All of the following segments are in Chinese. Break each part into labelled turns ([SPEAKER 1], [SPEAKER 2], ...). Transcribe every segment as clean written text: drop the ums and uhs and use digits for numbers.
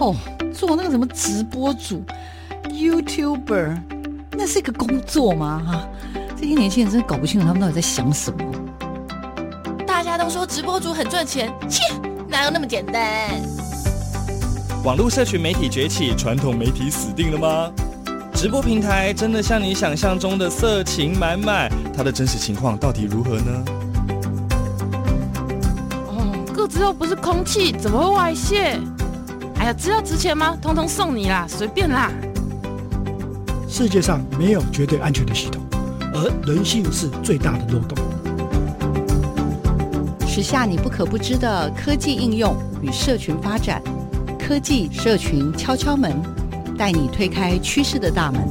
[SPEAKER 1] 做那个什么直播主 YouTuber， 那是一个工作吗？这些年轻人真的搞不清楚他们到底在想什么。
[SPEAKER 2] 大家都说直播主很赚钱，切，哪有那么简单？
[SPEAKER 3] 网络社群媒体崛起，传统媒体死定了吗？直播平台真的像你想象中的色情满满？它的真实情况到底如何呢？
[SPEAKER 2] 个子又不是空气，怎么会外泄？哎呀，资料值钱吗？通通送你啦，随便啦。
[SPEAKER 4] 世界上没有绝对安全的系统，而人性是最大的漏洞。
[SPEAKER 1] 时下你不可不知的科技应用与社群发展，科技社群敲敲门，带你推开趋势的大门。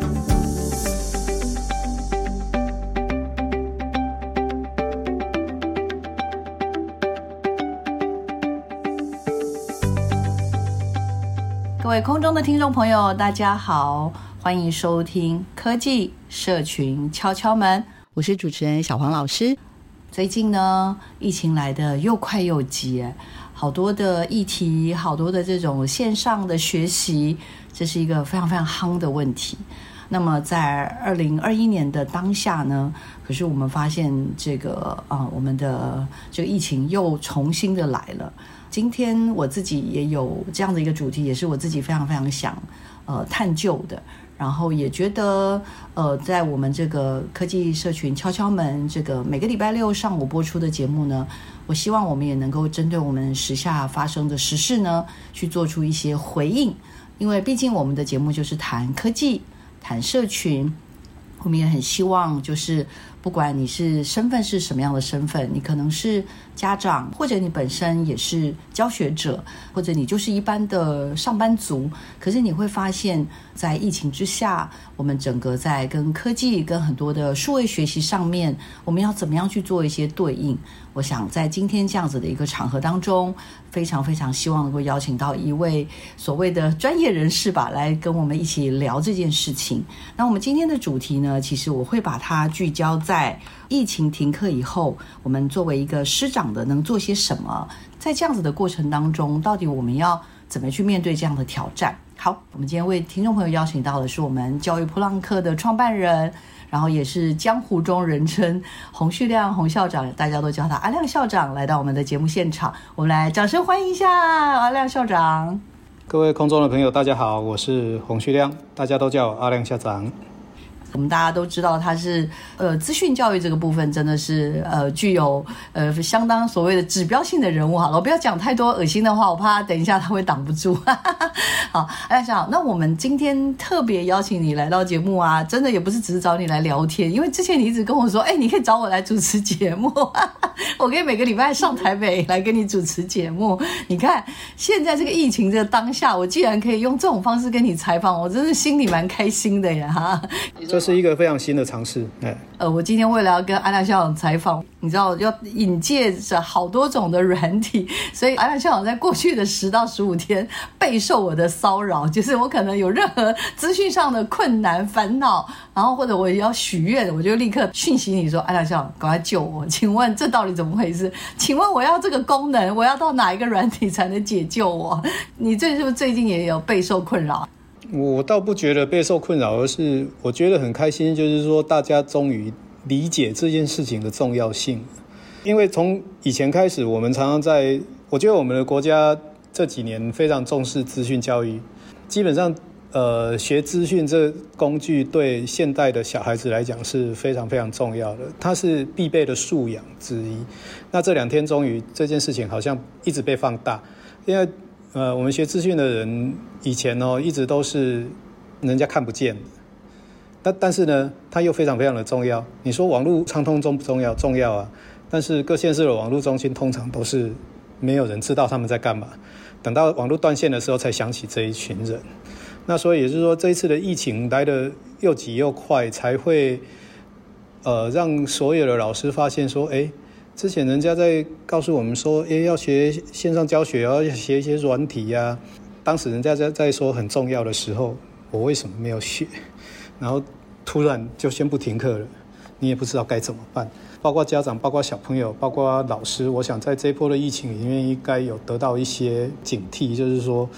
[SPEAKER 1] 各位空中的听众朋友，大家好，欢迎收听科技社群敲敲门，我是主持人小黄老师。最近呢，疫情来得又快又急，好多的议题，好多的这种线上的学习，这是一个非常非常夯的问题。那么在2021年的当下呢，可是我们发现这个我们的这个疫情又重新的来了。今天我自己也有这样的一个主题，也是我自己非常非常想探究的。然后也觉得在我们这个科技社群敲敲门这个每个礼拜六上午播出的节目呢，我希望我们也能够针对我们时下发生的时事呢，去做出一些回应。因为毕竟我们的节目就是谈科技、谈社群，我们也很希望就是不管你是身份是什么样的身份，你可能是家长，或者你本身也是教学者，或者你就是一般的上班族，可是你会发现在疫情之下，我们整个在跟科技跟很多的数位学习上面，我们要怎么样去做一些对应。我想在今天这样子的一个场合当中，非常非常希望能够邀请到一位所谓的专业人士吧，来跟我们一起聊这件事情。那我们今天的主题呢，其实我会把它聚焦在疫情停课以后，我们作为一个师长的能做些什么，在这样子的过程当中，到底我们要怎么去面对这样的挑战。好，我们今天为听众朋友邀请到的是我们教育噗浪客的创办人，然后也是江湖中人称洪旭亮洪校长，大家都叫他阿亮校长，来到我们的节目现场，我们来掌声欢迎一下阿亮校长。
[SPEAKER 5] 各位空中的朋友大家好，我是洪旭亮，大家都叫我阿亮校长。
[SPEAKER 1] 我们大家都知道他是资讯教育这个部分真的是具有相当所谓的指标性的人物。好了，我不要讲太多恶心的话，我怕等一下他会挡不住。好，哎，好，那我们今天特别邀请你来到节目啊，真的也不是只是找你来聊天，因为之前你一直跟我说，你可以找我来主持节目，我可以每个礼拜上台北来跟你主持节目。你看现在这个疫情这个当下，我既然可以用这种方式跟你采访，我真是心里蛮开心的呀。
[SPEAKER 5] 这是一个非常新的尝试。
[SPEAKER 1] 我今天为了要跟阿亮校长采访，你知道要引介着好多种的软体，所以阿亮校长在过去的10到15天备受我的骚扰，就是我可能有任何资讯上的困难烦恼，然后或者我要许愿，我就立刻讯息你说，阿亮校长赶快救我，请问这到底怎么回事？请问我要这个功能，我要到哪一个软体才能解救我？你是不是最近也有备受困扰？
[SPEAKER 5] 我倒不觉得备受困扰，而是我觉得很开心，就是说大家终于理解这件事情的重要性。因为从以前开始，我们常常我觉得我们的国家这几年非常重视资讯教育，基本上学资讯这工具对现代的小孩子来讲是非常非常重要的，它是必备的素养之一。那这2天终于这件事情好像一直被放大，因为我们学资讯的人以前一直都是人家看不见的，但是呢，它又非常非常的重要。你说网络畅通重不重要？重要啊！但是各县市的网络中心通常都是没有人知道他们在干嘛，等到网络断线的时候才想起这一群人。那所以也就是说，这一次的疫情来得又急又快，才会让所有的老师发现说，之前人家在告诉我们说，要学线上教学，要学一些软体啊。当时人家在说很重要的时候，我为什么没有学？然后突然就宣布停课了，你也不知道该怎么办。包括家长，包括小朋友，包括老师，我想在这一波的疫情里面应该有得到一些警惕，就是说，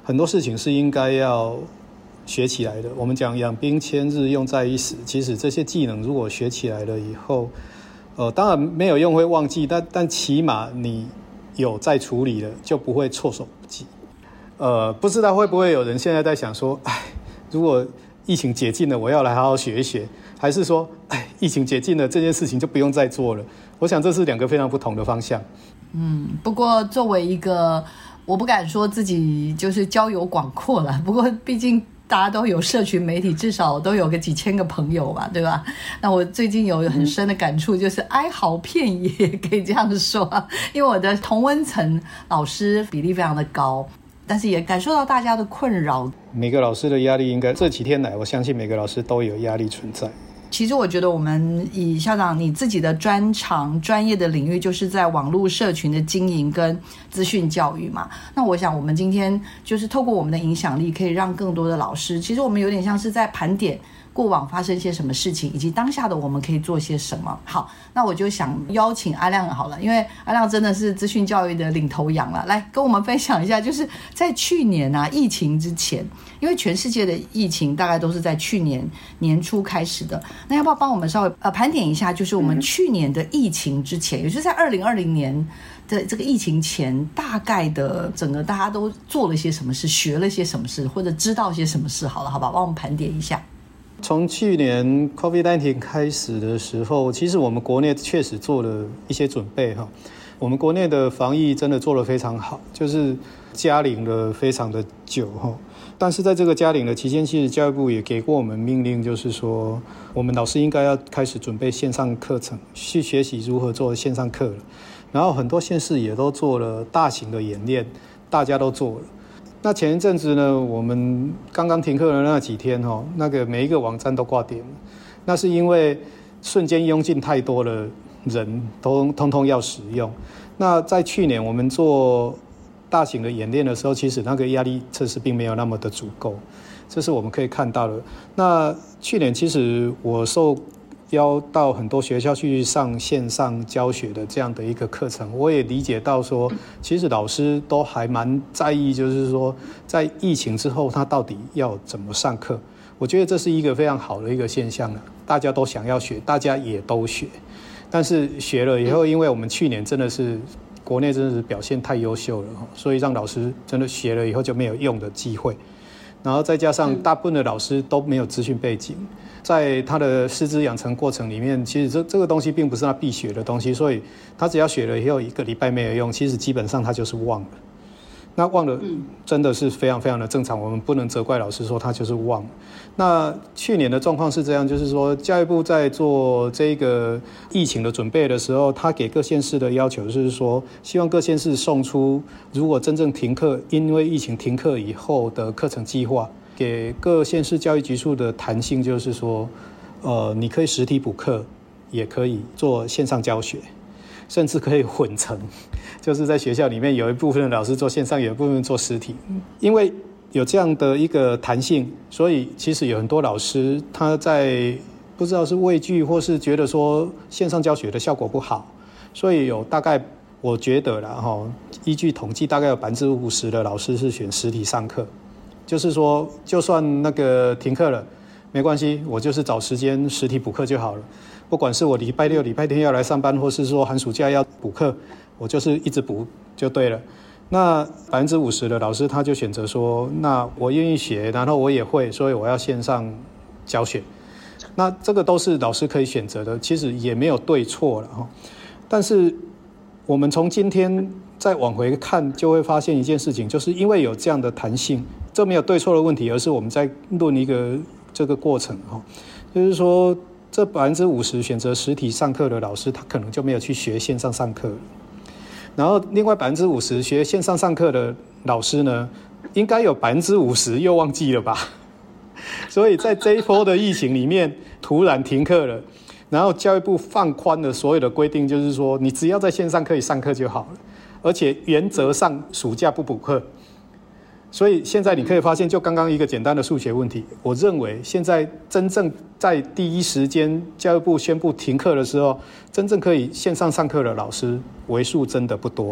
[SPEAKER 5] 很多事情是应该要学起来的。我们讲养兵千日，用在一时。其实这些技能如果学起来了以后，当然没有用会忘记，但起码你有在处理了，就不会措手不及。不知道会不会有人现在在想说，如果疫情解禁了，我要来好好学一学，还是说，疫情解禁了，这件事情就不用再做了？我想这是两个非常不同的方向。
[SPEAKER 1] 不过作为一个，我不敢说自己就是交友广阔了，不过毕竟大家都有社群媒体，至少都有个几千个朋友吧，对吧？那我最近有很深的感触，就是哀嚎遍野，可以这样说，因为我的同温层老师比例非常的高，但是也感受到大家的困扰。
[SPEAKER 5] 每个老师的压力应该这几天来，我相信每个老师都有压力存在。
[SPEAKER 1] 其实我觉得我们以校长你自己的专长专业的领域就是在网络社群的经营跟资讯教育嘛，那我想我们今天就是透过我们的影响力可以让更多的老师，其实我们有点像是在盘点过往发生些什么事情，以及当下的我们可以做些什么。好，那我就想邀请阿亮好了，因为阿亮真的是资讯教育的领头羊了，来跟我们分享一下，就是在去年疫情之前，因为全世界的疫情大概都是在去年年初开始的，那要不要帮我们稍微盘点一下，就是我们去年的疫情之前，也就是在2020年的这个疫情前，大概的整个大家都做了些什么事，学了些什么事，或者知道些什么事，好了，好吧，帮我们盘点一下。
[SPEAKER 5] 从去年 COVID-19 开始的时候，其实我们国内确实做了一些准备哈。我们国内的防疫真的做得非常好，就是加零了非常的久哈。但是在这个加零的期间，其实教育部也给过我们命令，就是说我们老师应该要开始准备线上课程，去学习如何做线上课了。然后很多县市也都做了大型的演练，大家都做了。那前一阵子呢，我们刚刚停课的那几天那个每一个网站都挂点了，那是因为瞬间涌进太多的人都通通要使用。那在去年我们做大型的演练的时候，其实那个压力测试并没有那么的足够，这是我们可以看到的。那去年其实我受邀到很多学校去上线上教学的这样的一个课程，我也理解到说，其实老师都还蛮在意，就是说在疫情之后他到底要怎么上课。我觉得这是一个非常好的一个现象，大家都想要学，大家也都学，但是学了以后，因为我们去年真的是国内真的是表现太优秀了，所以让老师真的学了以后就没有用的机会。然后再加上大部分的老师都没有资讯背景，在他的师资养成过程里面，其实这个东西并不是他必学的东西，所以他只要学了以后1个礼拜没有用，其实基本上他就是忘了。那忘了真的是非常非常的正常，我们不能责怪老师说他就是忘了。那去年的状况是这样，就是说教育部在做这个疫情的准备的时候，他给各县市的要求就是说，希望各县市送出如果真正停课，因为疫情停课以后的课程计划，给各县市教育局处的弹性，就是说你可以实体补课，也可以做线上教学，甚至可以混成，就是在学校里面有一部分的老师做线上，有一部分做实体。因为有这样的一个弹性，所以其实有很多老师他在不知道是畏惧或是觉得说线上教学的效果不好，所以有大概我觉得啦依据统计大概有50%的老师是选实体上课，就是说就算那个停课了没关系，我就是找时间实体补课就好了。不管是我礼拜六、礼拜天要来上班，或是说寒暑假要补课，我就是一直补就对了。那50%的老师他就选择说，那我愿意学，然后我也会，所以我要线上教学。那这个都是老师可以选择的，其实也没有对错了。但是我们从今天再往回看，就会发现一件事情，就是因为有这样的弹性，这没有对错的问题，而是我们在论一个这个过程，就是说这50%选择实体上课的老师，他可能就没有去学线上上课了。然后另外50%学线上上课的老师呢，应该有50%又忘记了吧？所以在这一波的疫情里面，突然停课了，然后教育部放宽了所有的规定，就是说你只要在线上可以上课就好了，而且原则上暑假不补课。所以现在你可以发现，就刚刚一个简单的数学问题，我认为现在真正在第一时间教育部宣布停课的时候，真正可以线上上课的老师为数真的不多。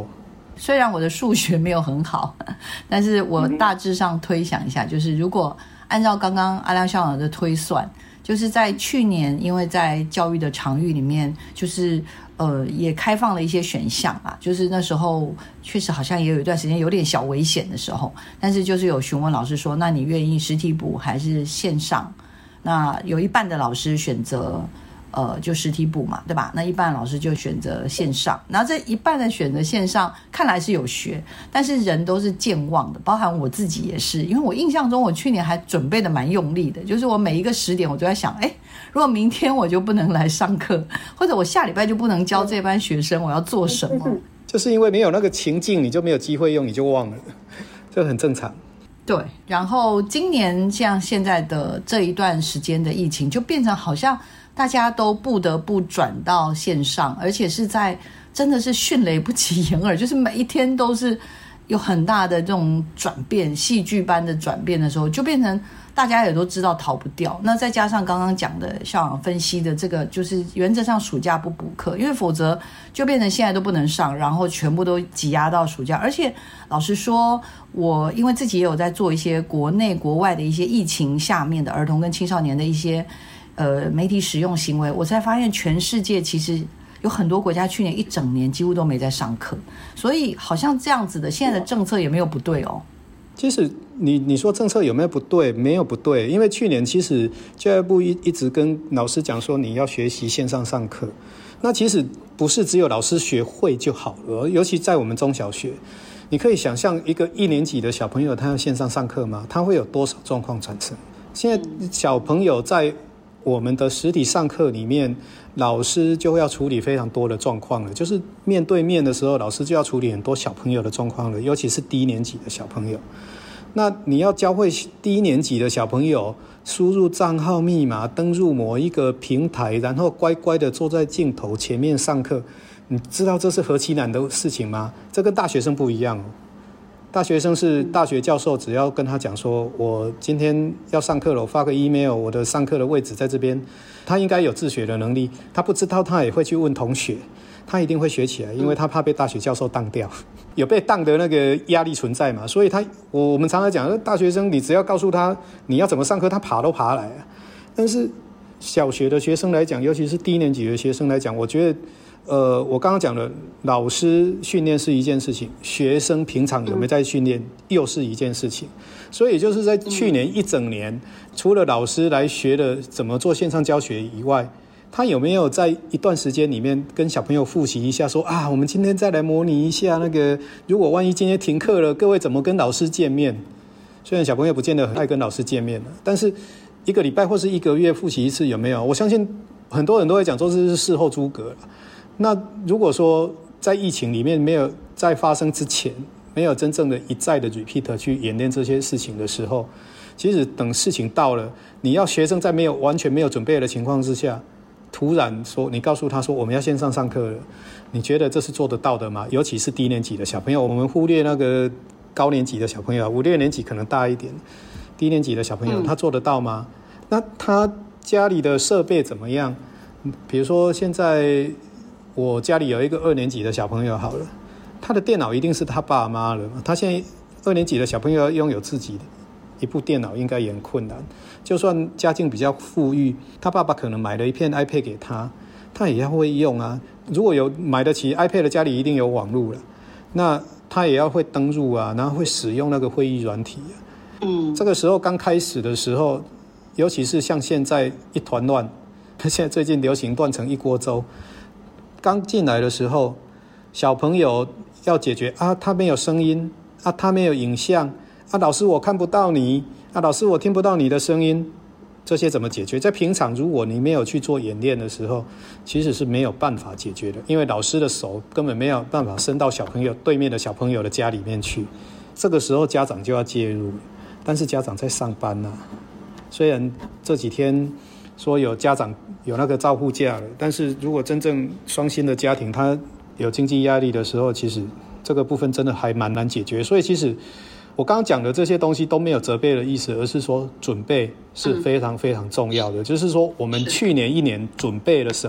[SPEAKER 1] 虽然我的数学没有很好，但是我大致上推想一下，就是如果按照刚刚阿亮校长的推算，就是在去年，因为在教育的场域里面，就是也开放了一些选项啦，就是那时候确实好像也有一段时间有点小危险的时候，但是就是有询问老师说，那你愿意实体补还是线上？那有一半的老师选择就实体补嘛，对吧？那一半老师就选择线上，然后这一半的选择线上，看来是有学，但是人都是健忘的，包含我自己也是，因为我印象中我去年还准备的蛮用力的，就是我每一个10点我都在想，如果明天我就不能来上课，或者我下礼拜就不能教这班学生，我要做什么？
[SPEAKER 5] 就是因为没有那个情境，你就没有机会用，你就忘了，这很正常。
[SPEAKER 1] 对，然后今年像现在的这一段时间的疫情，就变成好像大家都不得不转到线上，而且是在真的是迅雷不及掩耳，就是每一天都是有很大的这种转变，戏剧般的转变的时候，就变成大家也都知道逃不掉。那再加上刚刚讲的校长分析的这个，就是原则上暑假不补课，因为否则就变成现在都不能上，然后全部都挤压到暑假。而且老实说，我因为自己也有在做一些国内国外的一些疫情下面的儿童跟青少年的一些媒体使用行为，我才发现全世界其实有很多国家去年一整年几乎都没在上课，所以好像这样子的现在的政策也没有不对哦。
[SPEAKER 5] 其实你说政策有没有不对？没有不对，因为去年其实教育部一直跟老师讲说你要学习线上上课，那其实不是只有老师学会就好了，尤其在我们中小学，你可以想象一个1年级的小朋友他要线上上课吗？他会有多少状况产生？现在小朋友在我们的实体上课里面，老师就要处理非常多的状况了，就是面对面的时候，老师就要处理很多小朋友的状况了，尤其是低年级的小朋友。那你要教会低年级的小朋友输入账号密码，登入某一个平台，然后乖乖的坐在镜头前面上课，你知道这是何其难的事情吗？这跟大学生不一样哦。大学生是大学教授，只要跟他讲说我今天要上课了，我发个 email， 我的上课的位置在这边，他应该有自学的能力，他不知道他也会去问同学，他一定会学起来，因为他怕被大学教授当掉，有被当的那个压力存在嘛，所以我们常常讲大学生，你只要告诉他你要怎么上课，他爬都爬来啊。但是小学的学生来讲，尤其是低年级的学生来讲，我觉得我刚刚讲的老师训练是一件事情，学生平常有没有在训练又是一件事情，所以就是在去年一整年，除了老师来学的怎么做线上教学以外，他有没有在一段时间里面跟小朋友复习一下说我们今天再来模拟一下那个，如果万一今天停课了，各位怎么跟老师见面？虽然小朋友不见得很爱跟老师见面了，但是1个礼拜或是1个月复习一次有没有？我相信很多人都会讲说这是事后诸葛了。那如果说在疫情里面没有在发生之前，没有真正的一再的 repeat 去演练这些事情的时候，其实等事情到了，你要学生在完全没有准备的情况之下，突然说你告诉他说我们要线上上课了，你觉得这是做得到的吗？尤其是低年级的小朋友，我们忽略那个高年级的小朋友，5、6年级可能大一点，低年级的小朋友他做得到吗？那他家里的设备怎么样？比如说现在我家里有一个2年级的小朋友好了，他的电脑一定是他爸妈了，他现在2年级的小朋友要拥有自己的一部电脑应该也很困难，就算家境比较富裕，他爸爸可能买了一片 iPad 给他，他也要会用啊。如果有买得起 iPad 的家里一定有网路了，那他也要会登入啊，然后会使用那个会议软体啊。这个时候刚开始的时候，尤其是像现在一团乱，现在最近流行乱成一锅粥，刚进来的时候，小朋友要解决他没有声音他没有影像老师我看不到你老师我听不到你的声音，这些怎么解决？在平常如果你没有去做演练的时候，其实是没有办法解决的，因为老师的手根本没有办法伸到对面的小朋友的家里面去，这个时候家长就要介入，但是家长在上班虽然这几天说有家长有那个照护假了，但是如果真正双薪的家庭他有经济压力的时候，其实这个部分真的还蛮难解决。所以其实我刚刚讲的这些东西都没有责备的意思，而是说准备是非常非常重要的，就是说我们去年1年准备了什么，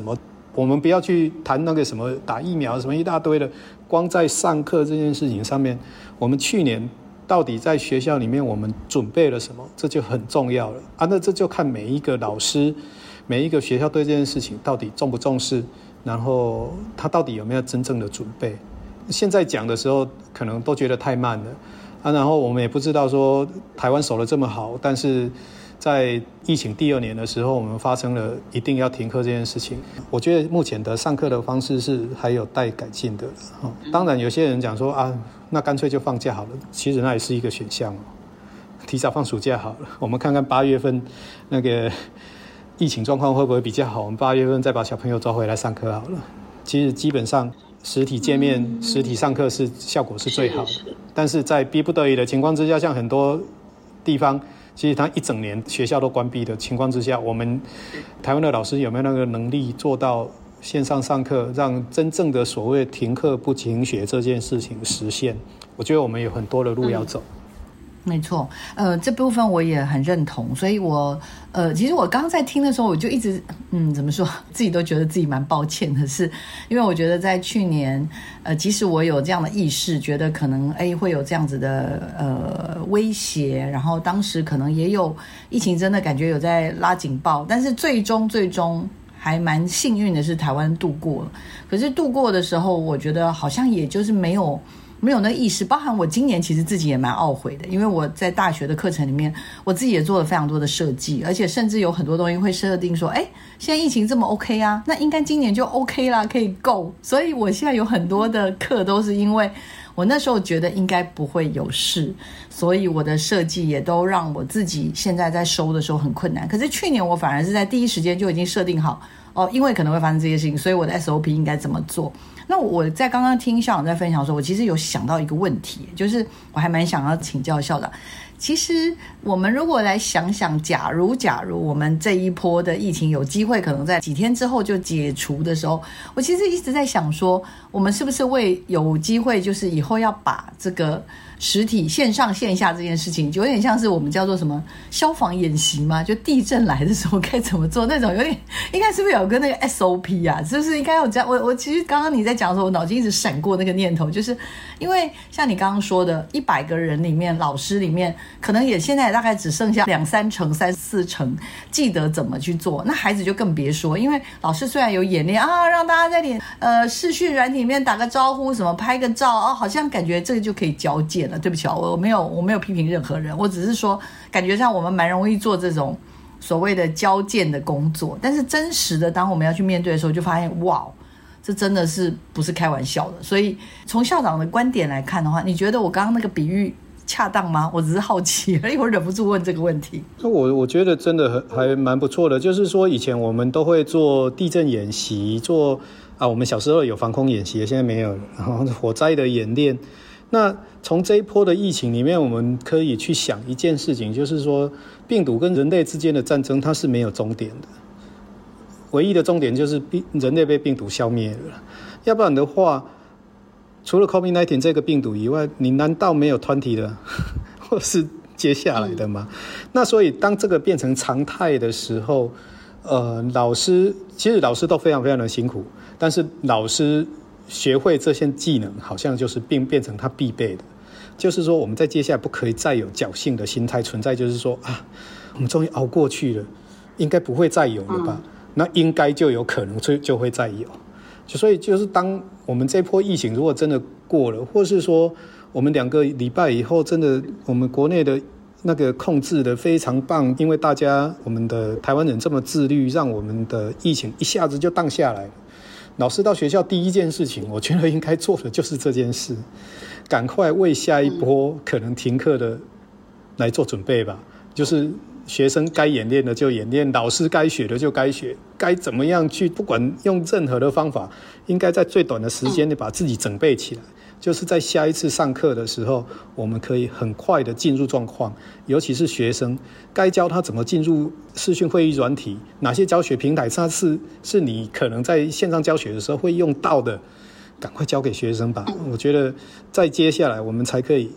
[SPEAKER 5] 我们不要去谈那个什么打疫苗什么一大堆的，光在上课这件事情上面，我们去年到底在学校里面我们准备了什么，这就很重要了啊。那这就看每一个老师每一个学校对这件事情到底重不重视，然后他到底有没有真正的准备。现在讲的时候可能都觉得太慢了啊，然后我们也不知道说台湾守得这么好，但是在疫情第2年的时候，我们发生了一定要停课这件事情。我觉得目前的上课的方式是还有待改进的。当然有些人讲说啊，那干脆就放假好了，其实那也是一个选项，提早放暑假好了，我们看看8月份那个疫情状况会不会比较好，我们8月份再把小朋友抓回来上课好了。其实基本上实体见面实体上课是效果是最好的，但是在逼不得已的情况之下，像很多地方其实他1整年学校都关闭的情况之下，我们台湾的老师有没有那个能力做到线上上课，让真正的所谓停课不停学这件事情实现？我觉得我们有很多的路要走。
[SPEAKER 1] 没错，这部分我也很认同，所以其实我刚刚在听的时候，我就一直怎么说，自己都觉得自己蛮抱歉的，是因为我觉得在去年，即使我有这样的意识，觉得可能会有这样子的威胁，然后当时可能也有疫情真的感觉有在拉警报，但是最终还蛮幸运的是台湾度过了。可是度过的时候，我觉得好像也就是没有那意识，包含我今年其实自己也蛮懊悔的，因为我在大学的课程里面，我自己也做了非常多的设计，而且甚至有很多东西会设定说，现在疫情这么 OK 啊，那应该今年就 OK 啦，可以够。所以我现在有很多的课都是因为我那时候觉得应该不会有事，所以我的设计也都让我自己现在在收的时候很困难。可是去年我反而是在第一时间就已经设定好，因为可能会发生这些事情，所以我的 SOP 应该怎么做。那我在刚刚听校长在分享的时候，我其实有想到一个问题，就是我还蛮想要请教校长。其实我们如果来想想，假如我们这一波的疫情有机会可能在几天之后就解除的时候，我其实一直在想说，我们是不是会有机会，就是以后要把这个实体线上线下这件事情，就有点像是我们叫做什么消防演习嘛，就地震来的时候该怎么做那种，有点应该是不是有个那个 SOP 啊？是不是应该有这样？我其实刚刚你在讲的时候，我脑筋一直闪过那个念头，就是因为像你刚刚说的，100个人里面，老师里面可能也现在大概只剩下2-3成、3-4成记得怎么去做，那孩子就更别说，因为老师虽然有演练啊，让大家在视讯软体里面打个招呼，什么拍个照好像感觉这个就可以交件。对不起，我没有批评任何人，我只是说感觉上我们蛮容易做这种所谓的交件的工作，但是真实的当我们要去面对的时候，就发现哇，这真的是不是开玩笑的。所以从校长的观点来看的话，你觉得我刚刚那个比喻恰当吗？我只是好奇而已，我忍不住问这个问题。
[SPEAKER 5] 我觉得真的还蛮不错的，就是说以前我们都会做地震演习，我们小时候有防空演习，现在没有了，然后火灾的演练。那从这一波的疫情里面，我们可以去想一件事情，就是说病毒跟人类之间的战争它是没有终点的，唯一的终点就是人类被病毒消灭了。要不然的话，除了 COVID-19 这个病毒以外，你难道没有团体的或是接下来的吗？那所以当这个变成常态的时候，其实老师都非常非常的辛苦，但是老师学会这些技能好像就是变成他必备的，就是说我们在接下来不可以再有侥幸的心态存在，就是说我们终于熬过去了，应该不会再有了吧，那应该就有可能就会再有。所以就是当我们这波疫情如果真的过了，或是说我们2个礼拜以后真的我们国内的那个控制的非常棒，因为我们的台湾人这么自律，让我们的疫情一下子就荡下来了。老师到学校第一件事情，我觉得应该做的就是这件事，赶快为下一波可能停课的来做准备吧。就是学生该演练的就演练，老师该学的就该学，该怎么样去，不管用任何的方法，应该在最短的时间内把自己整备起来。就是在下一次上课的时候，我们可以很快的进入状况，尤其是学生该教他怎么进入视讯会议软体，哪些教学平台它是你可能在线上教学的时候会用到的，赶快教给学生吧。我觉得在接下来我们才可以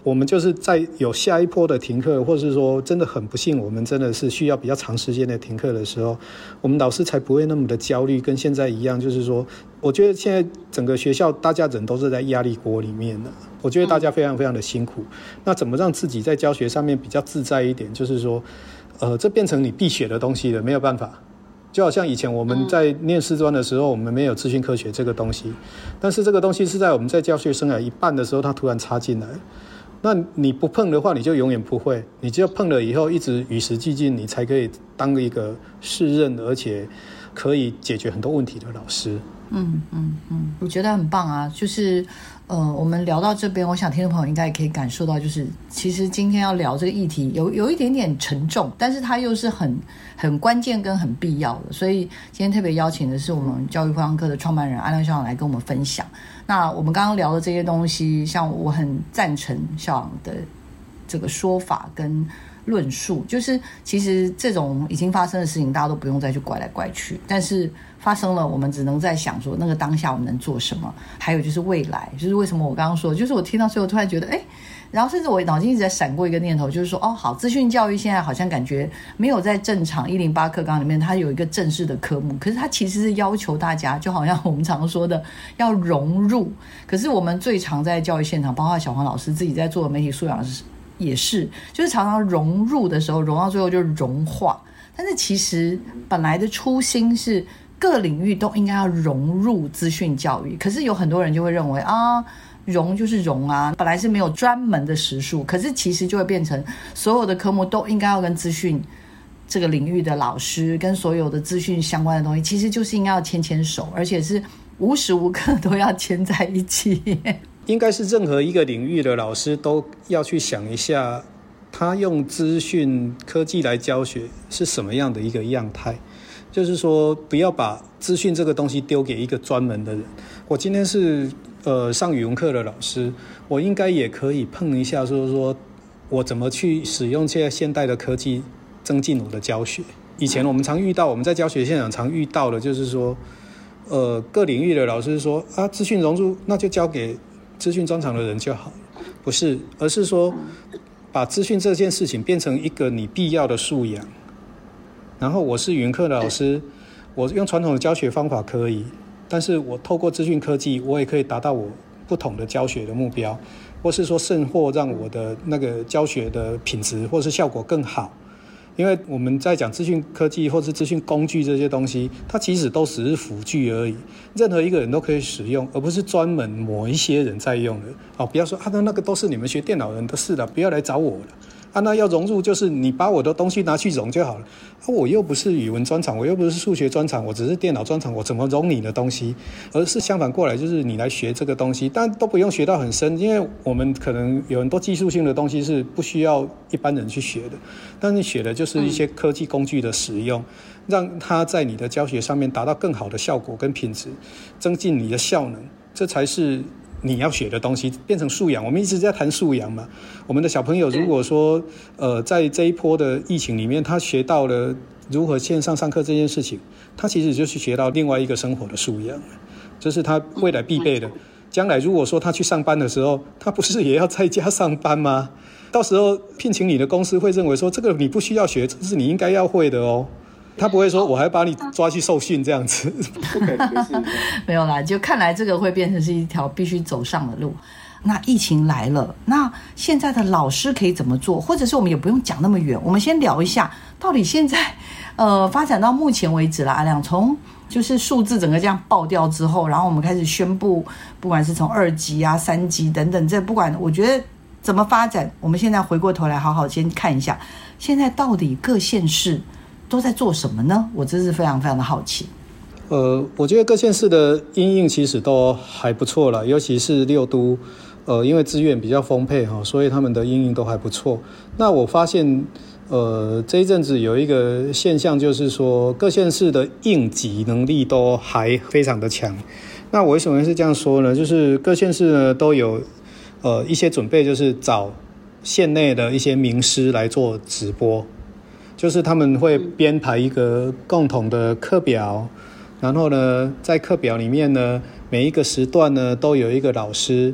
[SPEAKER 5] 我们就是在有下一波的停课，或是说真的很不幸，我们真的是需要比较长时间的停课的时候，我们老师才不会那么的焦虑，跟现在一样，就是说我觉得现在整个学校大家人都是在压力锅里面的，我觉得大家非常非常的辛苦。那怎么让自己在教学上面比较自在一点，就是说这变成你必学的东西了，没有办法。就好像以前我们在念师专的时候，我们没有资讯科学这个东西，但是这个东西是在我们在教学生涯一半的时候，它突然插进来。那你不碰的话，你就永远不会。你只有碰了以后，一直与时俱进，你才可以当一个适任而且可以解决很多问题的老师。
[SPEAKER 1] 我觉得很棒啊，就是我们聊到这边，我想听众朋友应该也可以感受到，就是其实今天要聊这个议题有一点点沉重，但是它又是很关键跟很必要的，所以今天特别邀请的是我们教育破浪课的创办人阿亮校长来跟我们分享。那我们刚刚聊的这些东西，像我很赞成校长的这个说法跟论述，就是其实这种已经发生的事情大家都不用再去拐来拐去，但是发生了我们只能在想说那个当下我们能做什么，还有就是未来，就是为什么我刚刚说，就是我听到最后突然觉得然后甚至我脑筋一直在闪过一个念头，就是说好，资讯教育现在好像感觉没有在正常108课纲里面它有一个正式的科目，可是它其实是要求大家，就好像我们常说的要融入，可是我们最常在教育现场，包括小黄老师自己在做的媒体素养也是，就是常常融入的时候，融到最后就融化。但是其实本来的初心是各领域都应该要融入资讯教育，可是有很多人就会认为融就是融啊，本来是没有专门的时数，可是其实就会变成所有的科目都应该要跟资讯这个领域的老师跟所有的资讯相关的东西，其实就是应该要牵手，而且是无时无刻都要牵在一起。
[SPEAKER 5] 应该是任何一个领域的老师都要去想一下，他用资讯科技来教学是什么样的一个样态，就是说不要把资讯这个东西丢给一个专门的人。我今天是上语文课的老师，我应该也可以碰一下说我怎么去使用现代的科技增进我的教学。以前我们在教学现场常遇到的就是说各领域的老师说资讯融入那就交给资讯专长的人就好了，不是，而是说把资讯这件事情变成一个你必要的素养。然后我是语文课的老师，我用传统的教学方法可以，但是我透过资讯科技，我也可以达到我不同的教学的目标，或是说甚或让我的那个教学的品质或是效果更好。因为我们在讲资讯科技或是资讯工具这些东西，它其实都只是辅具而已，任何一个人都可以使用，而不是专门某一些人在用的。不要说那个都是你们学电脑人的事了，不要来找我了。那要融入就是你把我的东西拿去融就好了。我又不是语文专长，我又不是数学专长，我只是电脑专长，我怎么融你的东西？而是相反过来，就是你来学这个东西，但都不用学到很深，因为我们可能有很多技术性的东西是不需要一般人去学的，但是学的就是一些科技工具的使用，让它在你的教学上面达到更好的效果跟品质，增进你的效能，这才是你要学的东西，变成素养。我们一直在谈素养嘛。我们的小朋友如果说在这一波的疫情里面，他学到了如何线上上课这件事情，他其实就是学到另外一个生活的素养，这是他未来必备的。将来如果说他去上班的时候，他不是也要在家上班吗？到时候聘请你的公司会认为说，这个你不需要学，这是你应该要会的哦。他不会说我还把你抓去受训这样子，不可能是
[SPEAKER 1] 没有啦，就看来这个会变成是一条必须走上的路。那疫情来了，那现在的老师可以怎么做？或者是我们也不用讲那么远，我们先聊一下到底现在发展到目前为止啦，阿亮，从就是数字整个这样爆掉之后，然后我们开始宣布，不管是从2级啊、3级等等，这不管我觉得怎么发展，我们现在回过头来好好先看一下，现在到底各县市都在做什么呢？我真是非常非常的好奇。
[SPEAKER 5] 我觉得各县市的因应其实都还不错啦，尤其是6都，因为资源比较丰沛所以他们的因应都还不错。那我发现，这一阵子有一个现象，就是说各县市的应急能力都还非常的强。那我为什么是这样说呢？就是各县市呢都有一些准备，就是找县内的一些名师来做直播。就是他们会编排一个共同的课表，然后呢，在课表里面呢，每一个时段呢都有一个老师，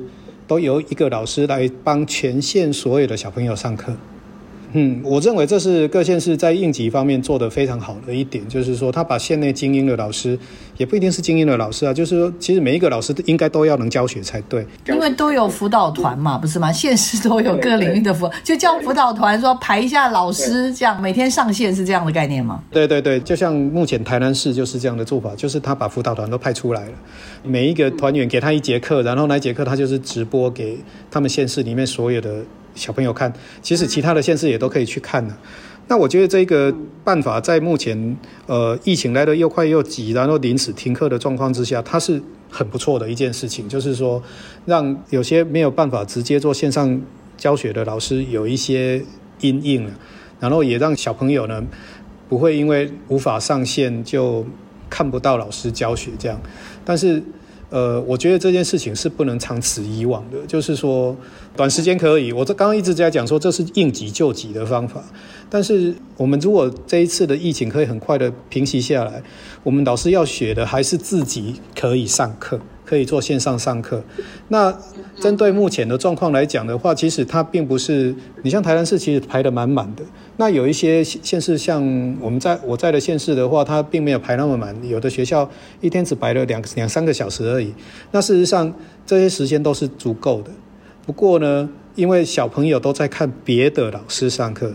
[SPEAKER 5] 都由一个老师来帮全县所有的小朋友上课。我认为这是各县市在应急方面做得非常好的一点，就是说他把县内精英的老师，也不一定是精英的老师啊，就是说其实每一个老师应该都要能教学才对，
[SPEAKER 1] 因为都有辅导团嘛，不是吗？县市都有各领域的就叫辅导团说排一下老师，这样每天上线，是这样的概念吗？
[SPEAKER 5] 对对对，就像目前台南市就是这样的做法，就是他把辅导团都派出来了，每一个团员给他一节课，然后那一节课他就是直播给他们县市里面所有的小朋友看，其实其他的县市也都可以去看的。那我觉得这个办法在目前疫情来得又快又急，然后临时停课的状况之下，它是很不错的一件事情，就是说让有些没有办法直接做线上教学的老师有一些因应了，然后也让小朋友呢不会因为无法上线就看不到老师教学这样。但是我觉得这件事情是不能长此以往的，就是说短时间可以，我刚刚一直在讲说这是应急救急的方法，但是我们如果这一次的疫情可以很快的平息下来，我们老师要学的还是自己可以上课，可以做线上上课。那针对目前的状况来讲的话，其实它并不是，你像台南市其实排得满满的，那有一些县市像我在的县市的话，它并没有排那么满，有的学校一天只排了两三个小时而已，那事实上这些时间都是足够的。不过呢，因为小朋友都在看别的老师上课，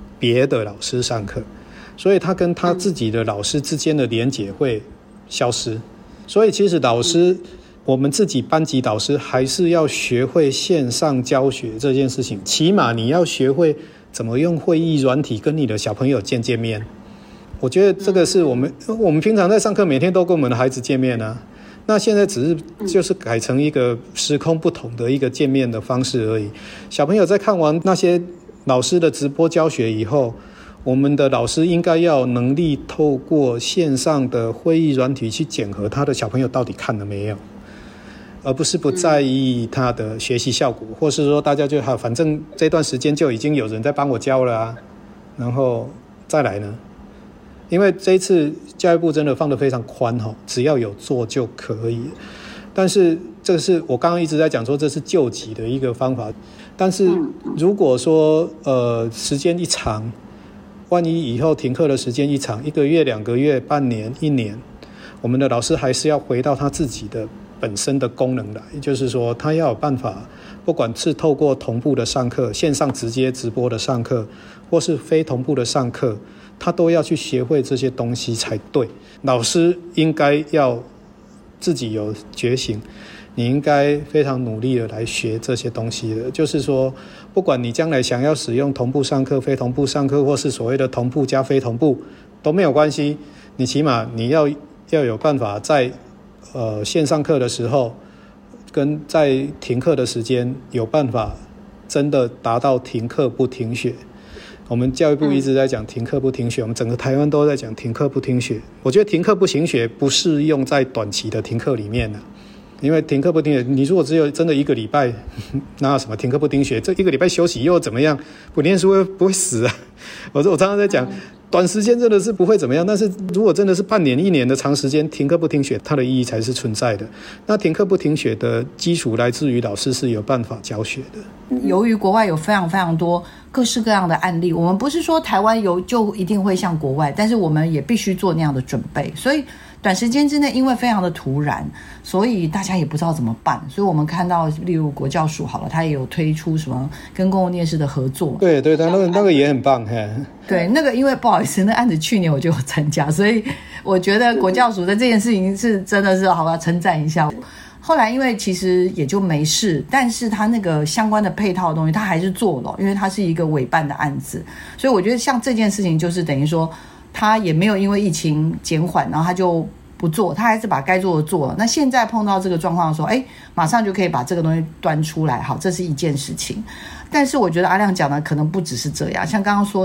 [SPEAKER 5] 所以他跟他自己的老师之间的连结会消失。所以其实老师，我们自己班级导师还是要学会线上教学这件事情，起码你要学会怎么用会议软体跟你的小朋友见面。我觉得这个是我们平常在上课每天都跟我们的孩子见面啊，那现在只是就是改成一个时空不同的一个见面的方式而已。小朋友在看完那些老师的直播教学以后，我们的老师应该要有能力透过线上的会议软体去检核他的小朋友到底看了没有，而不是不在意他的学习效果，或是说大家就好，反正这段时间就已经有人在帮我教了啊，然后再来呢？因为这一次教育部真的放得非常宽，只要有做就可以。但是这是我刚刚一直在讲说这是救急的一个方法，但是如果说时间一长，万一以后停课的时间一长，1个月、2个月、半年、1年，我们的老师还是要回到他自己的本身的功能来，也就是说他要有办法，不管是透过同步的上课、线上直接直播的上课，或是非同步的上课，他都要去学会这些东西才对。老师应该要自己有觉醒，你应该非常努力的来学这些东西的。就是说不管你将来想要使用同步上课、非同步上课，或是所谓的同步加非同步都没有关系，你起码你要有办法在线上课的时候跟在停课的时间有办法真的达到停课不停学。我们教育部一直在讲停课不停学，我们整个台湾都在讲停课不停学。我觉得停课不停学不适用在短期的停课里面的，因为停课不停学，你如果只有真的1个礼拜，哪有什么停课不停学？这1个礼拜休息又怎么样？不念书不会死啊！我常常在讲，短时间真的是不会怎么样，但是如果真的是半年、1年的长时间停课不停学，它的意义才是存在的。那停课不停学的基础来自于老师是有办法教学的。
[SPEAKER 1] 由于国外有非常非常多各式各样的案例，我们不是说台湾有就一定会像国外，但是我们也必须做那样的准备，所以短时间之内因为非常的突然，所以大家也不知道怎么办。所以我们看到例如国教署好了，他也有推出什么跟公共电视的合作，
[SPEAKER 5] 对对，那个也很棒。
[SPEAKER 1] 对，那个因为不好意思，那案子去年我就有参加，所以我觉得国教署的这件事情是真的是好要称赞一下。后来因为其实也就没事，但是他那个相关的配套的东西他还是做了，因为他是一个委办的案子，所以我觉得像这件事情就是等于说他也没有因为疫情减缓然后他就不做，他还是把该做的做了。那现在碰到这个状况的时候，马上就可以把这个东西端出来，好，这是一件事情。但是我觉得阿亮讲的可能不只是这样，像刚刚说的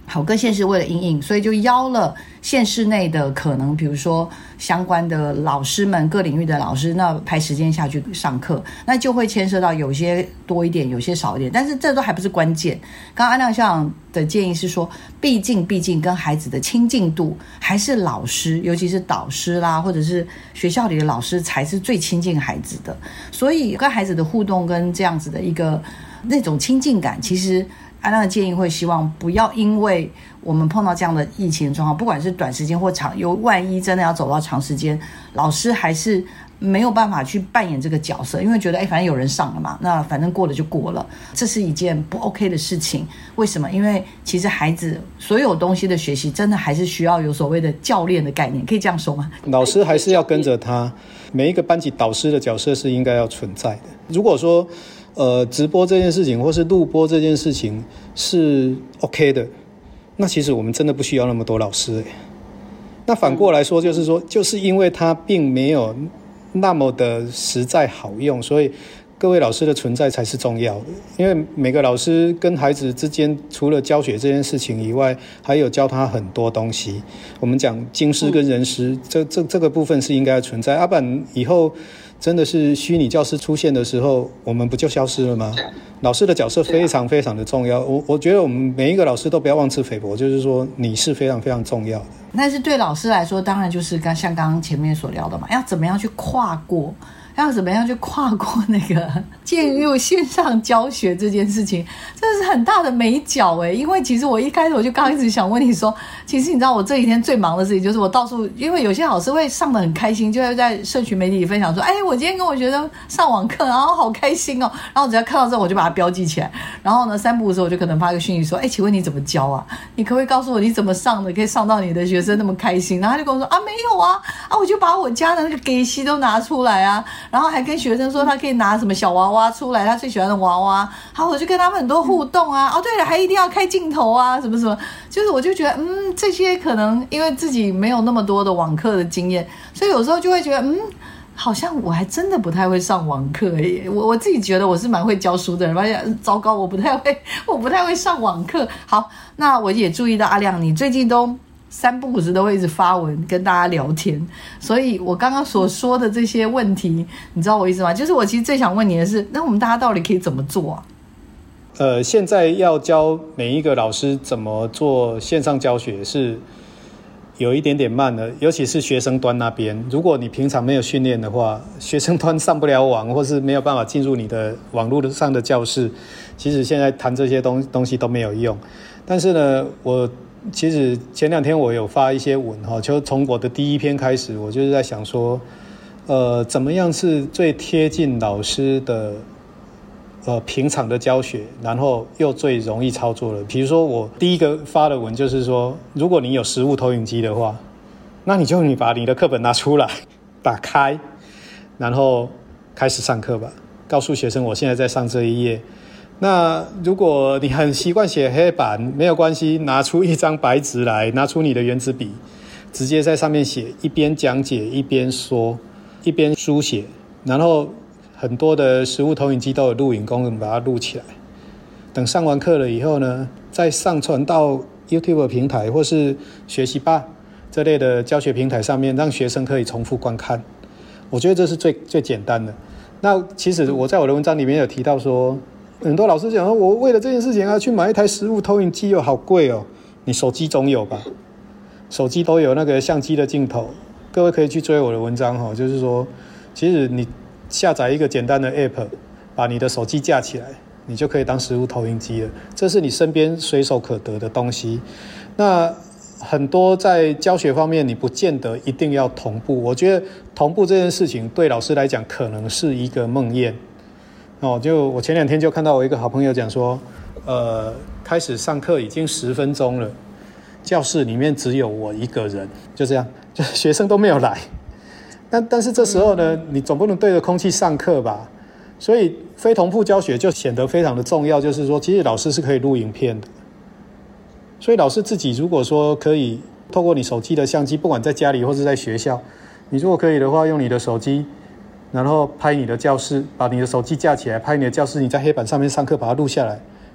[SPEAKER 1] 好，各县市为了因应，所以就邀了县市内的可能比如说相关的老师们，各领域的老师，那排时间下去上课，那就会牵涉到有些多一点，有些少一点，但是这都还不是关键。刚刚安亮校长的建议是说，毕竟跟孩子的亲近度还是老师，尤其是导师啦，或者是学校里的老师才是最亲近孩子的，所以跟孩子的互动跟这样子的一个那种亲近感，其实安亮的建议会希望不要因为我们碰到这样的疫情状况，不管是短时间或长，万一真的要走到长时间，老师还是没有办法去扮演这个角色，因为觉得反正有人上了嘛，那反正过了就过了，这是一件不 OK 的事情。为什么？因为其实孩子所有东西的学习真的还是需要有所谓的教练的概念，可以这样说吗？
[SPEAKER 5] 老师还是要跟着他，每一个班级导师的角色是应该要存在的。如果说直播这件事情或是录播这件事情是 OK 的，那其实我们真的不需要那么多老师。那反过来说，就是说，就是因为它并没有那么的实在好用，所以各位老师的存在才是重要的。因为每个老师跟孩子之间，除了教学这件事情以外，还有教他很多东西。我们讲经师跟人师，这个部分是应该存在。不然以后真的是虚拟教师出现的时候，我们不就消失了吗？老师的角色非常非常的重要。我觉得我们每一个老师都不要妄自菲薄，就是说你是非常非常重要的。
[SPEAKER 1] 但是对老师来说，当然就是像刚刚前面所聊的嘛，要怎么样去跨过那个进入线上教学这件事情，这是很大的美角因为其实我一开始我就刚一直想问你说，其实你知道我这几天最忙的事情就是我到处，因为有些老师会上得很开心，就会在社群媒体里分享说，我今天跟我学生上网课，然后好开心哦，然后只要看到这我就把它标记起来，然后呢3不5时我就可能发个讯息说，请问你怎么教啊？你可不可以告诉我你怎么上的，可以上到你的学生那么开心？然后他就跟我说没有啊，我就把我家的那个给息都拿出来啊，然后还跟学生说他可以拿什么小娃娃出来，他最喜欢的娃娃，好，我就跟他们很多互动啊，对了，还一定要开镜头啊，什么什么，就是我就觉得这些可能因为自己没有那么多的网课的经验，所以有时候就会觉得好像我还真的不太会上网课耶。我自己觉得我是蛮会教书的人，发现糟糕，我不太会上网课。好，那我也注意到阿亮，你最近都3不5时都会一直发文跟大家聊天，所以我刚刚所说的这些问题，你知道我意思吗？就是我其实最想问你的是，那我们大家到底可以怎么做啊？
[SPEAKER 5] 现在要教每一个老师怎么做线上教学是有一点点慢了，尤其是学生端那边。如果你平常没有训练的话，学生端上不了网，或是没有办法进入你的网络上的教室，其实现在谈这些东西都没有用。但是呢，我其实前2天我有发一些文就从我的第1篇开始，我就是在想说怎么样是最贴近老师的平常的教学，然后又最容易操作的。比如说我第一个发的文就是说，如果你有实物投影机的话，那你把你的课本拿出来打开，然后开始上课吧，告诉学生我现在在上这一页。那如果你很习惯写黑板，没有关系，拿出一张白纸来，拿出你的原子笔，直接在上面写，一边讲解一边说，一边书写，然后很多的实物投影机都有录影功能，把它录起来。等上完课了以后呢，再上传到 YouTube 平台或是学习吧这类的教学平台上面，让学生可以重复观看。我觉得这是最简单的。那其实我在我的文章里面有提到说，很多老师讲说，我为了这件事情去买一台实物投影机好贵哦。你手机总有吧？手机都有那个相机的镜头。各位可以去追我的文章就是说，其实你下载一个简单的 App， 把你的手机架起来，你就可以当实物投影机了。这是你身边随手可得的东西。那很多在教学方面，你不见得一定要同步。我觉得同步这件事情对老师来讲可能是一个梦魇。就我前2天就看到我一个好朋友讲说，开始上课已经10分钟了，教室里面只有我一个人，就这样，就学生都没有来。但是这时候呢，你总不能对着空气上课吧？所以非同步教学就显得非常的重要，就是说，其实老师是可以录影片的。所以老师自己如果说可以透过你手机的相机，不管在家里或是在学校，你如果可以的话，用你的手机，然后拍你的教室，把你的手机架起来，拍你的教室，你在黑板上面上课，把它录下来，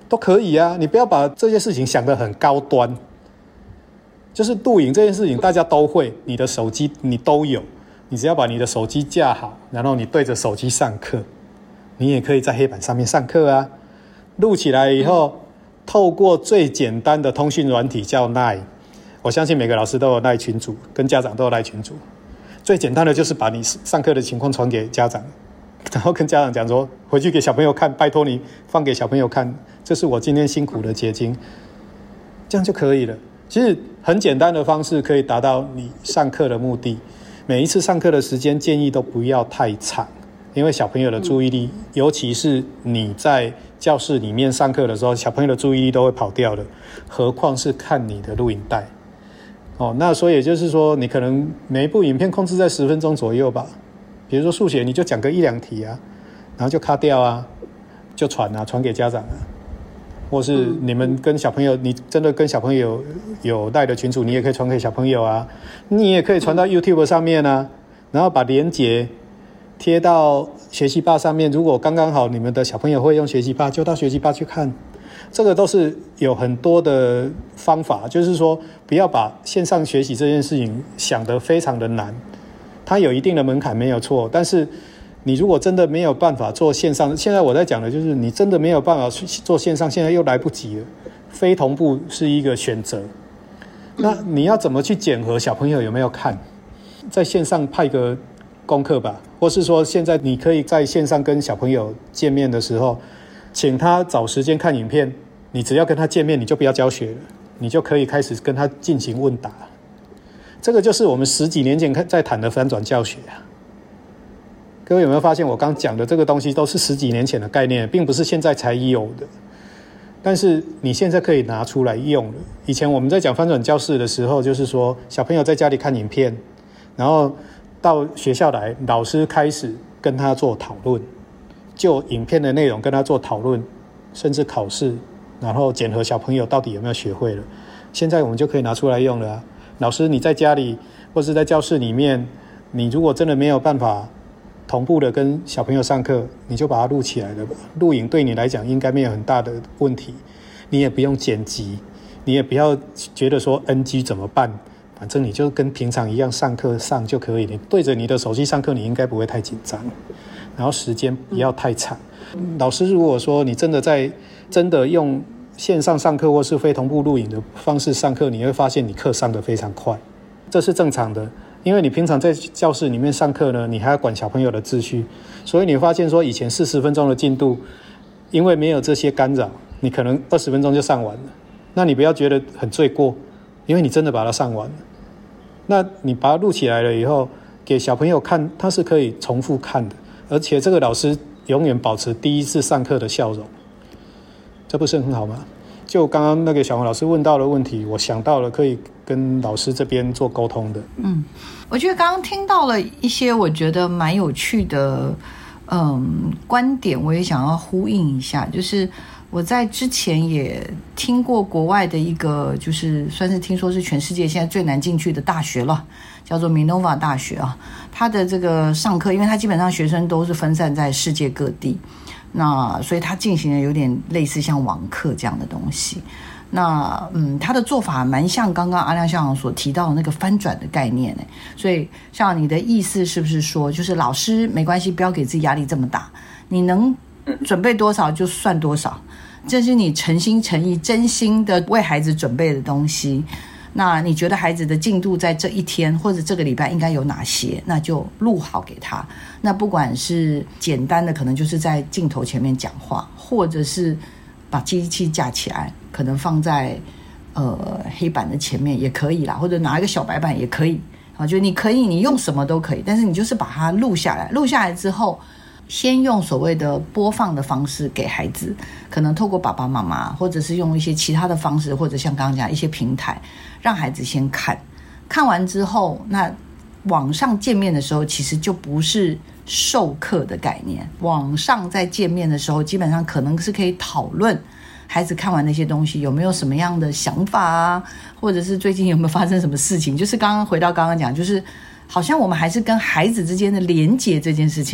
[SPEAKER 5] 都可以啊，你不要把这些事情想得很高端。就是录影这件事情大家都会，你的手机你都有，你只要把你的手机架好，然后你对着手机上课，你也可以在黑板上面上课啊。录起来以后，透过最简单的通讯软体叫 LINE， 我相信每个老师都有 LINE 群组，跟家长都有 LINE 群组。最简单的就是把你上课的情况传给家长，然后跟家长讲说，回去给小朋友看，拜托你放给小朋友看，这是我今天辛苦的结晶，这样就可以了。其实很简单的方式可以达到你上课的目的。每一次上课的时间建议都不要太长，因为小朋友的注意力，尤其是你在教室里面上课的时候，小朋友的注意力都会跑掉的，何况是看你的录影带。那所以就是说，你可能每一部影片控制在10分钟左右吧。比如说数学，你就讲个1-2题啊，然后就卡掉啊，就传给家长啊。或是你们跟小朋友，你真的跟小朋友有LINE的群组，你也可以传给小朋友啊，你也可以传到 YouTube 上面啊，然后把连结贴到学习吧上面。如果刚刚好你们的小朋友会用学习吧，就到学习吧去看。这个都是有很多的方法，就是说不要把线上学习这件事情想得非常的难，它有一定的门槛没有错，但是你如果真的没有办法做线上，现在我在讲的就是你真的没有办法去做线上，现在又来不及了，非同步是一个选择。那你要怎么去检核小朋友有没有看？在线上派个功课吧，或是说现在你可以在线上跟小朋友见面的时候，请他找时间看影片，你只要跟他见面，你就不要教学了，你就可以开始跟他进行问答。这个就是我们10几年前在谈的翻转教学啊。各位有没有发现，我刚讲的这个东西都是10几年前的概念，并不是现在才有的。但是你现在可以拿出来用了。以前我们在讲翻转教室的时候，就是说小朋友在家里看影片，然后到学校来，老师开始跟他做讨论，就影片的内容跟他做讨论，甚至考试，然后检核小朋友到底有没有学会了。现在我们就可以拿出来用了啊。老师你在家里或是在教室里面，你如果真的没有办法同步的跟小朋友上课，你就把它录起来了吧。录影对你来讲应该没有很大的问题，你也不用剪辑，你也不要觉得说 NG 怎么办，反正你就跟平常一样上课上就可以。你对着你的手机上课，你应该不会太紧张，然后时间不要太长。老师如果说你真的用线上上课或是非同步录影的方式上课，你会发现你课上得非常快，这是正常的。因为你平常在教室里面上课呢，你还要管小朋友的秩序，所以你发现说以前40分钟的进度，因为没有这些干扰，你可能20分钟就上完了。那你不要觉得很罪过，因为你真的把它上完了。那你把它录起来了以后，给小朋友看，他是可以重复看的，而且这个老师永远保持第一次上课的笑容，这不是很好吗？就刚刚那个小黄老师问到的问题，我想到了可以跟老师这边做沟通的。
[SPEAKER 1] 我觉得刚刚听到了一些我觉得蛮有趣的观点，我也想要呼应一下。就是我在之前也听过国外的一个，就是算是听说是全世界现在最难进去的大学了，叫做 Minova 大学啊。它的这个上课，因为它基本上学生都是分散在世界各地，那所以它进行的有点类似像网课这样的东西。那他的做法蛮像刚刚阿亮校长所提到的那个翻转的概念。所以像你的意思是不是说，就是老师没关系，不要给自己压力这么大，你能准备多少就算多少，这是你诚心诚意真心的为孩子准备的东西。那你觉得孩子的进度在这一天或者这个礼拜应该有哪些，那就录好给他。那不管是简单的可能就是在镜头前面讲话，或者是把记忆器架起来，可能放在黑板的前面也可以啦，或者拿一个小白板也可以。就你可以，你用什么都可以，但是你就是把它录下来。录下来之后，先用所谓的播放的方式给孩子，可能透过爸爸妈妈，或者是用一些其他的方式，或者像刚刚讲一些平台，让孩子先看。看完之后，那网上见面的时候，其实就不是授课的概念。网上在见面的时候，基本上可能是可以讨论孩子看完那些东西有没有什么样的想法啊，或者是最近有没有发生什么事情。就是刚刚回到刚刚讲，就是好像我们还是跟孩子之间的连结这件事情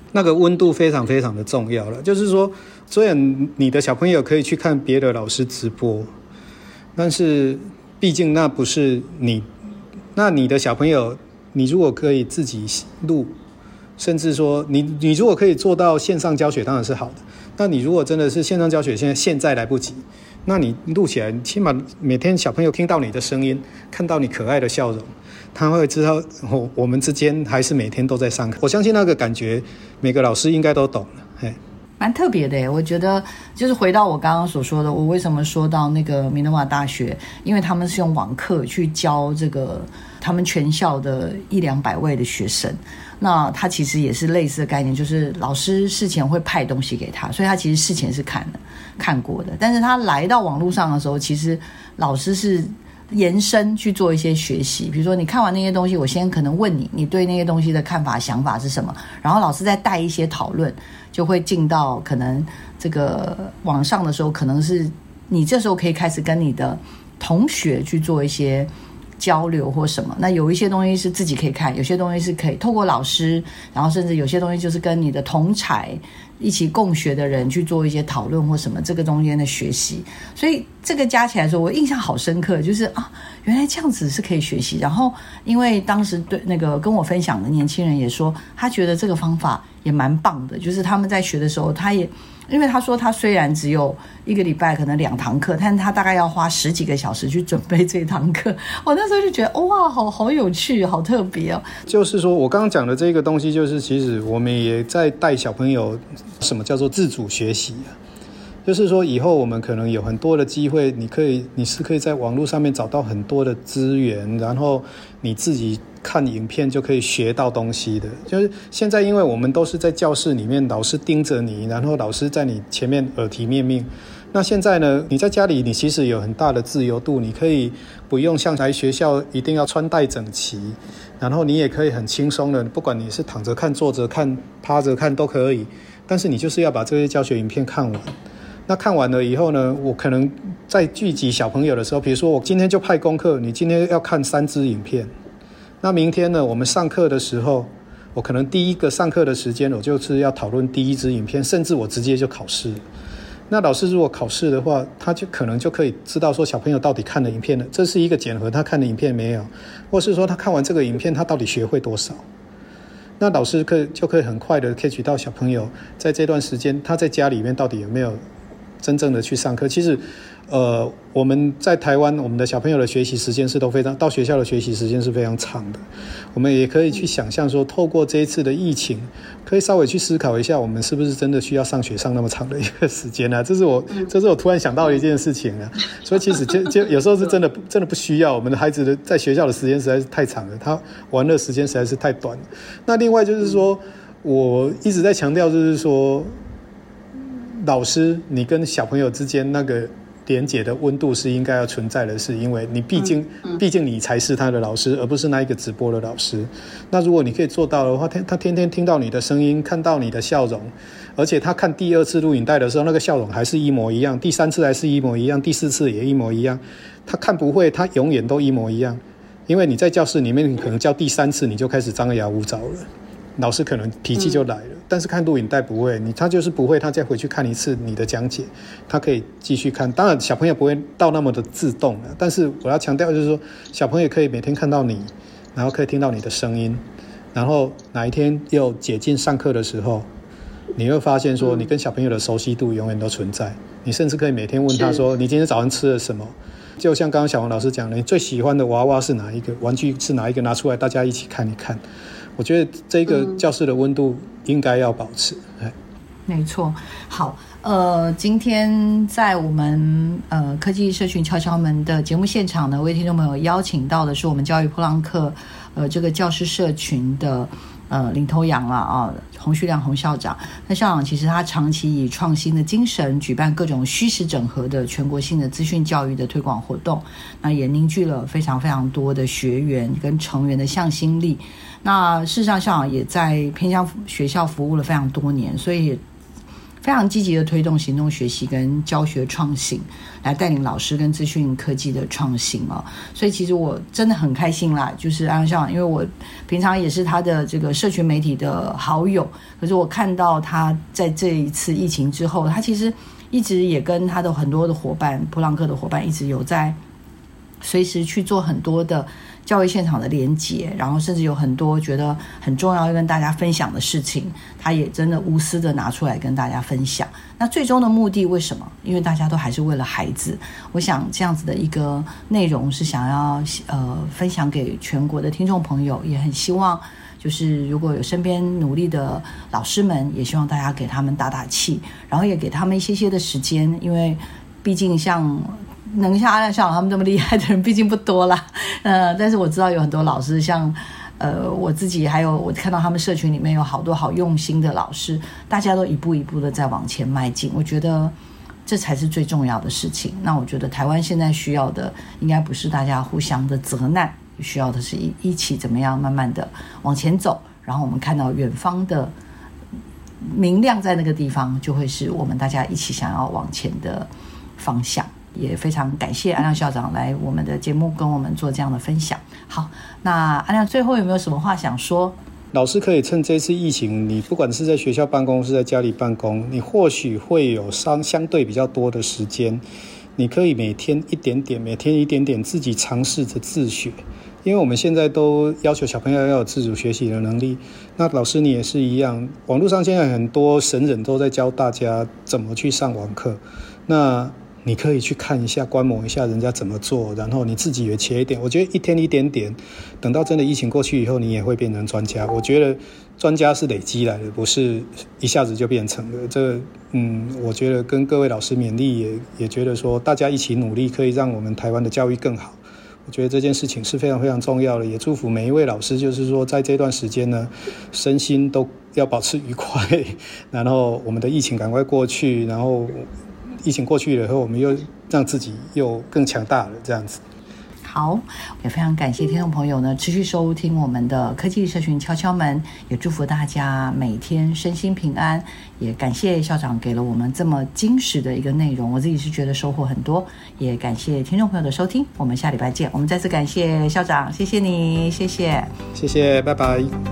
[SPEAKER 5] 那个温度非常非常的重要了。就是说，虽然你的小朋友可以去看别的老师直播，但是毕竟那不是你，那你的小朋友，你如果可以自己录，甚至说你如果可以做到线上教学，当然是好的。那你如果真的是线上教学，现在来不及，那你录起来，起码每天小朋友听到你的声音，看到你可爱的笑容，他会知道我们之间还是每天都在上课。我相信那个感觉，每个老师应该都懂了。
[SPEAKER 1] 蛮特别的耶，我觉得就是回到我刚刚所说的，我为什么说到那个明诺瓦大学，因为他们是用网课去教这个他们全校的100-200位的学生，那他其实也是类似的概念，就是老师事前会派东西给他，所以他其实事前是看过的，但是他来到网络上的时候，其实老师是延伸去做一些学习，比如说你看完那些东西，我先可能问你对那些东西的看法想法是什么，然后老师再带一些讨论，就会进到可能这个网上的时候，可能是你这时候可以开始跟你的同学去做一些交流或什么。那有一些东西是自己可以看，有些东西是可以透过老师，然后甚至有些东西就是跟你的同侪一起共学的人去做一些讨论或什么，这个中间的学习。所以这个加起来说，我印象好深刻，就是原来这样子是可以学习。然后因为当时对那个跟我分享的年轻人也说，他觉得这个方法也蛮棒的，就是他们在学的时候，他也因为他说他虽然只有1个礼拜可能2堂课，但是他大概要花10几个小时去准备这堂课。我那时候就觉得哇，好有趣，好特别哦。
[SPEAKER 5] 就是说我刚刚讲的这个东西，就是其实我们也在带小朋友什么叫做自主学习啊。就是说以后我们可能有很多的机会，你是可以在网络上面找到很多的资源，然后你自己看影片就可以学到东西的。就是现在因为我们都是在教室里面，老师盯着你，然后老师在你前面耳提面命。那现在呢，你在家里你其实有很大的自由度，你可以不用像来学校一定要穿戴整齐，然后你也可以很轻松的，不管你是躺着看、坐着看、趴着看都可以，但是你就是要把这些教学影片看完。那看完了以后呢，我可能在聚集小朋友的时候，比如说我今天就派功课，你今天要看3支影片，那明天呢，我们上课的时候，我可能第一个上课的时间，我就是要讨论第1支影片，甚至我直接就考试。那老师如果考试的话，他就可能就可以知道说小朋友到底看了影片了，这是一个检核，他看了影片没有，或是说他看完这个影片他到底学会多少。那老师就可以很快的 catch 到小朋友在这段时间他在家里面到底有没有真正的去上课。其实我们在台湾，我们的小朋友的学习时间是都非常，到学校的学习时间是非常长的。我们也可以去想象说，透过这一次的疫情，可以稍微去思考一下，我们是不是真的需要上学上那么长的一个时间啊？这是我突然想到的一件事情啊。所以其实就有时候是真的不需要，我们的孩子的在学校的时间实在是太长了，他玩的时间实在是太短了。那另外就是说，我一直在强调，就是说，老师你跟小朋友之间那个连结的温度是应该要存在的，是因为你毕竟你才是他的老师，而不是那一个直播的老师。那如果你可以做到的话，他天天听到你的声音，看到你的笑容，而且他看第2次录影带的时候，那个笑容还是一模一样，第3次还是一模一样，第4次也一模一样。他看不会，他永远都一模一样，因为你在教室里面，你可能教第3次你就开始张牙舞爪了，老师可能脾气就来了。但是看录影带不会，他就是不会，他再回去看一次你的讲解，他可以继续看。当然小朋友不会到那么的自动了，但是我要强调就是说，小朋友可以每天看到你，然后可以听到你的声音，然后哪一天又解禁上课的时候，你会发现说你跟小朋友的熟悉度永远都存在。你甚至可以每天问他说，你今天早上吃了什么？就像刚刚小王老师讲的，你最喜欢的娃娃是哪一个，玩具是哪一个，拿出来大家一起看一看。我觉得这个教室的温度应该要保持。
[SPEAKER 1] 没错。好，今天在我们科技社群敲敲门的节目现场呢，为听众朋友邀请到的是我们教育噗浪客这个教师社群的领头羊啊，洪旭亮洪校长。那校长其实他长期以创新的精神举办各种虚实整合的全国性的资讯教育的推广活动，那也凝聚了非常非常多的学员跟成员的向心力。那事实上校长也在偏乡学校服务了非常多年，所以也非常积极的推动行动学习跟教学创新，来带领老师跟资讯科技的创新哦。所以其实我真的很开心啦，就是安校长，因为我平常也是他的这个社群媒体的好友，可是我看到他在这一次疫情之后，他其实一直也跟他的很多的伙伴，普朗克的伙伴一直有在随时去做很多的教育现场的连结，然后甚至有很多觉得很重要要跟大家分享的事情，他也真的无私的拿出来跟大家分享。那最终的目的为什么？因为大家都还是为了孩子。我想这样子的一个内容是想要分享给全国的听众朋友，也很希望就是如果有身边努力的老师们，也希望大家给他们打打气，然后也给他们一些的时间，因为毕竟能像阿亮校长他们这么厉害的人毕竟不多啦，但是我知道有很多老师，像我自己还有我看到他们社群里面有好多好用心的老师，大家都一步一步的在往前迈进，我觉得这才是最重要的事情。那我觉得台湾现在需要的应该不是大家互相的责难，需要的是一起怎么样慢慢的往前走，然后我们看到远方的明亮在那个地方，就会是我们大家一起想要往前的方向。也非常感谢安亮校长来我们的节目跟我们做这样的分享。好，那安亮最后有没有什么话想说？
[SPEAKER 5] 老师可以趁这次疫情，你不管是在学校办公是在家里办公，你或许会有相对比较多的时间，你可以每天一点点自己尝试着自学。因为我们现在都要求小朋友要有自主学习的能力，那老师你也是一样，网络上现在很多神人都在教大家怎么去上网课，那你可以去看一下观摩一下人家怎么做，然后你自己也学一点。我觉得一天一点点，等到真的疫情过去以后，你也会变成专家。我觉得专家是累积来的，不是一下子就变成的。这我觉得跟各位老师勉励，也觉得说大家一起努力，可以让我们台湾的教育更好。我觉得这件事情是非常非常重要的，也祝福每一位老师，就是说在这段时间呢，身心都要保持愉快，然后我们的疫情赶快过去，然后疫情过去了以后，我们又让自己又更强大了，这样子。
[SPEAKER 1] 好，也非常感谢听众朋友呢持续收听我们的科技社群敲敲门，也祝福大家每天身心平安，也感谢校长给了我们这么精实的一个内容，我自己是觉得收获很多，也感谢听众朋友的收听，我们下礼拜见。我们再次感谢校长，谢谢你，谢谢，
[SPEAKER 5] 拜拜。